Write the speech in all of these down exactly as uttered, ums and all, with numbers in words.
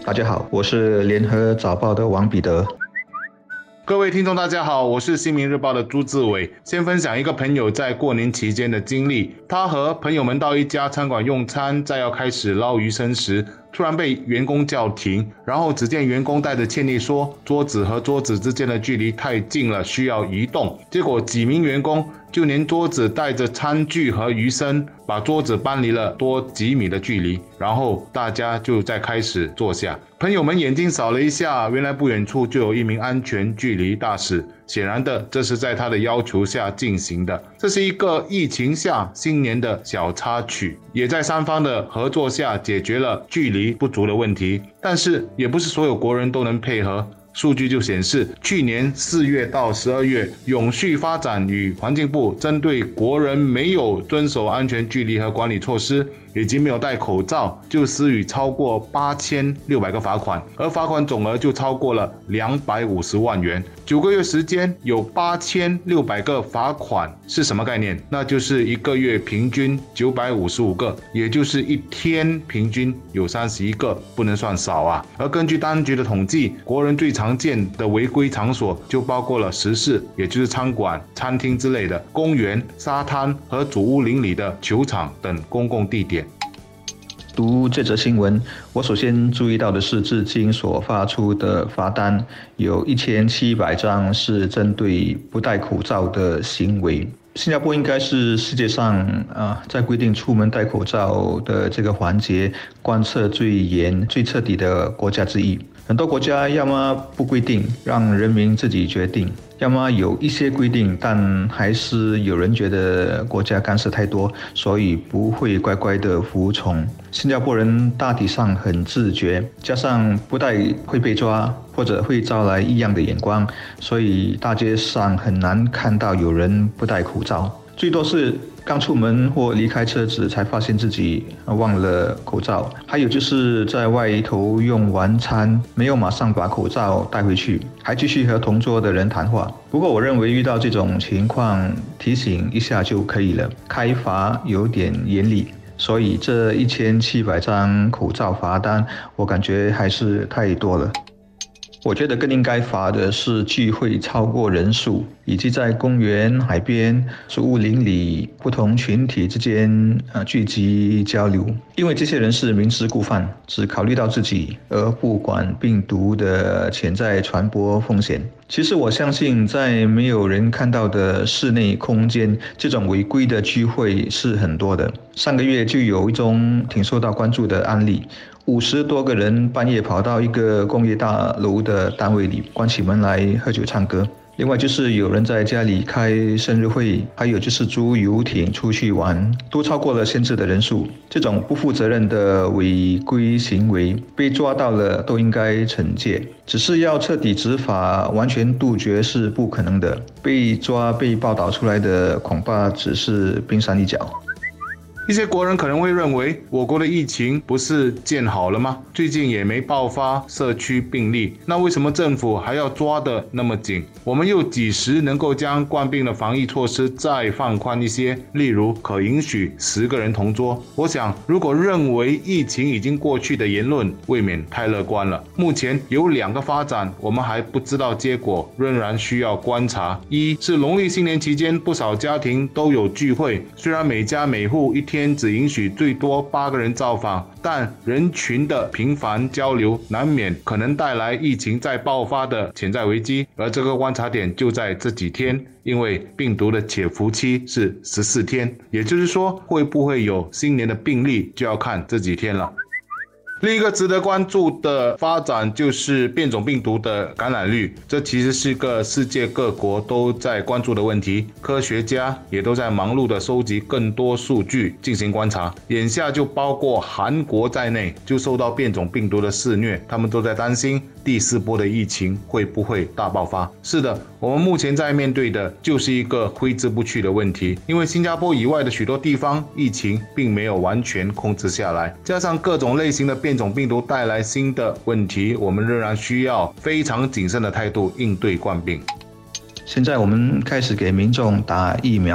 大家好，我是联合早报的王彼得。 各位听众大家好，我是新民日报的朱志伟。先分享一个朋友在过年期间的经历。他和朋友们到一家餐馆用餐，在要开始捞鱼生时，突然被员工叫停，然后只见员工带着歉意说桌子和桌子之间的距离太近了，需要移动。结果几名员工就连桌子带着餐具和鱼生，把桌子搬离了多几米的距离，然后大家就再开始坐下。朋友们眼睛扫了一下，原来不远处就有一名安全距离大使，显然的，这是在他的要求下进行的。这是一个疫情下新年的小插曲，也在三方的合作下解决了距离不足的问题。但是也不是所有国人都能配合。数据就显示，去年四月到十二月，永续发展与环境部针对国人没有遵守安全距离和管理措施，以及没有戴口罩，就施予超过八千六百个罚款，而罚款总额就超过了两百五十万元。九个月时间有八千六百个罚款是什么概念？那就是一个月平均九百五十五个，也就是一天平均有三十一个，不能算少啊。而根据当局的统计，国人最常见的违规场所就包括了食肆，也就是餐馆、餐厅之类的，公园、沙滩和主屋邻里的球场等公共地点。 读这则新闻，我首先注意到的是，至今所发出的罚单有一千七百张是针对不戴口罩的行为。新加坡应该是世界上啊，在规定出门戴口罩的这个环节贯彻最严、最彻底的国家之一。很多国家要么不规定，让人民自己决定，要么有一些规定，但还是有人觉得国家干涉太多，所以不会乖乖的服从。新加坡人大体上很自觉，加上不戴会被抓，或者会招来异样的眼光，所以大街上很难看到有人不戴口罩。最多是刚出门或离开车子才发现自己忘了口罩，还有就是在外头用完餐没有马上把口罩带回去，还继续和同桌的人谈话。不过我认为遇到这种情况提醒一下就可以了，开罚有点严厉，所以这一千七百张口罩罚单我感觉还是太多了。我觉得更应该罚的是聚会超过人数，以及在公园、海边、主屋邻里不同群体之间呃聚集交流，因为这些人是明知故犯，只考虑到自己，而不管病毒的潜在传播风险。其实我相信，在没有人看到的室内空间，这种违规的聚会是很多的。上个月就有一宗挺受到关注的案例。五十多个人半夜跑到一个工业大楼的单位里，关起门来喝酒唱歌。另外就是有人在家里开生日会，还有就是租游艇出去玩，都超过了限制的人数。这种不负责任的违规行为，被抓到了都应该惩戒。只是要彻底执法、完全杜绝是不可能的。被抓、被报道出来的，恐怕只是冰山一角。 一些国人可能会认为，我国的疫情不是见好了吗？最近也没爆发社区病例，那为什么政府还要抓得那么紧？我们又几时能够将冠病的防疫措施再放宽一些？例如，可允许十个人同桌。我想，如果认为疫情已经过去的言论，未免太乐观了。目前有两个发展，我们还不知道结果，仍然需要观察。一是农历新年期间，不少家庭都有聚会，虽然每家每户一天天只允许最多八个人造访，但人群的频繁交流难免可能带来疫情再爆发的潜在危机，而这个观察点就在这几天，因为病毒的潜伏期是十四天，也就是说会不会有新年的病例就要看这几天了。另一个值得关注的发展就是变种病毒的感染率，这其实是个世界各国都在关注的问题，科学家也都在忙碌地收集更多数据进行观察。眼下就包括韩国在内，就受到变种病毒的肆虐，他们都在担心第四波的疫情会不会大爆发。是的，我们目前在面对的就是一个挥之不去的问题，因为新加坡以外的许多地方疫情并没有完全控制下来，加上各种类型的变种病毒带来新的问题，我们仍然需要非常谨慎的态度应对冠病。 现在我们开始给民众打疫苗了，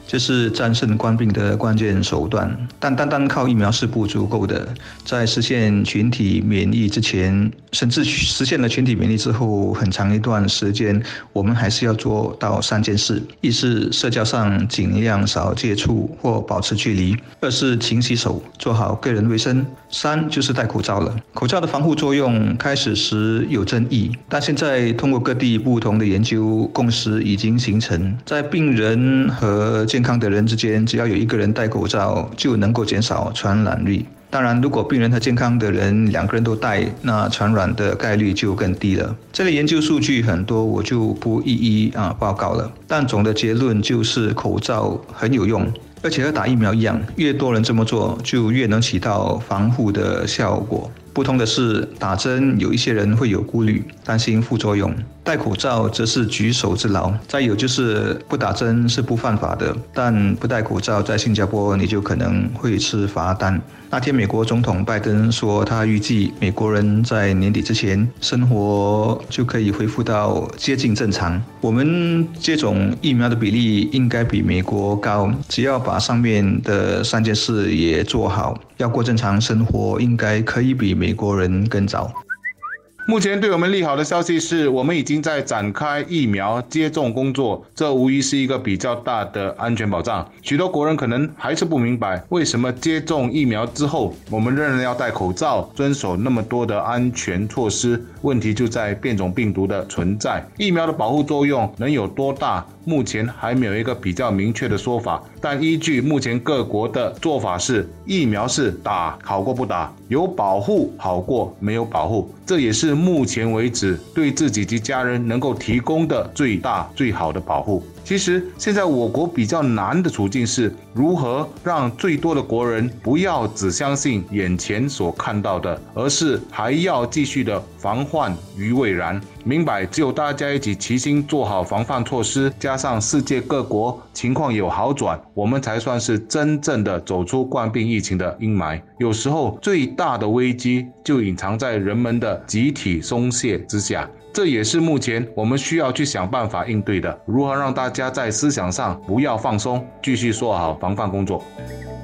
这是战胜冠病的关键手段，但单单靠疫苗是不足够的。在实现群体免疫之前，甚至实现了群体免疫之后，很长一段时间，我们还是要做到三件事：一是社交上尽量少接触或保持距离；二是勤洗手，做好个人卫生；三就是戴口罩了。口罩的防护作用开始时有争议，但现在通过各地不同的研究，共识已经形成，在病人和健康的人之间，只要有一个人戴口罩，就能够减少传染率。当然，如果病人和健康的人两个人都戴，那传染的概率就更低了。这类研究数据很多，我就不一一啊报告了。但总的结论就是口罩很有用，而且和打疫苗一样，越多人这么做，就越能起到防护的效果。不同的是，打针有一些人会有顾虑，担心副作用；戴口罩则是举手之劳。再有就是不打针是不犯法的，但不戴口罩在新加坡你就可能会吃罚单。那天美国总统拜登说，他预计美国人在年底之前生活就可以恢复到接近正常。我们接种疫苗的比例应该比美国高，只要把上面的三件事也做好，要过正常生活应该可以比美国人更早。 目前对我们利好的消息是，我们已经在展开疫苗接种工作，这无疑是一个比较大的安全保障。许多国人可能还是不明白，为什么接种疫苗之后，我们仍然要戴口罩，遵守那么多的安全措施。问题就在变种病毒的存在，疫苗的保护作用能有多大？目前还没有一个比较明确的说法，但依据目前各国的做法是，疫苗是打好过不打，有保护好过没有保护，这也是目前为止对自己及家人能够提供的最大最好的保护。其实现在我国比较难的处境是，如何让最多的国人不要只相信眼前所看到的，而是还要继续的防患于未然。明白，只有大家一起齐心做好防范措施，加上世界各国情况有好转，我们才算是真正的走出冠病疫情的阴霾。有时候最大的危机就隐藏在人们的集体松懈之下，这也是目前我们需要去想办法应对的。如何让大家在思想上不要放松，继续做好防范工作。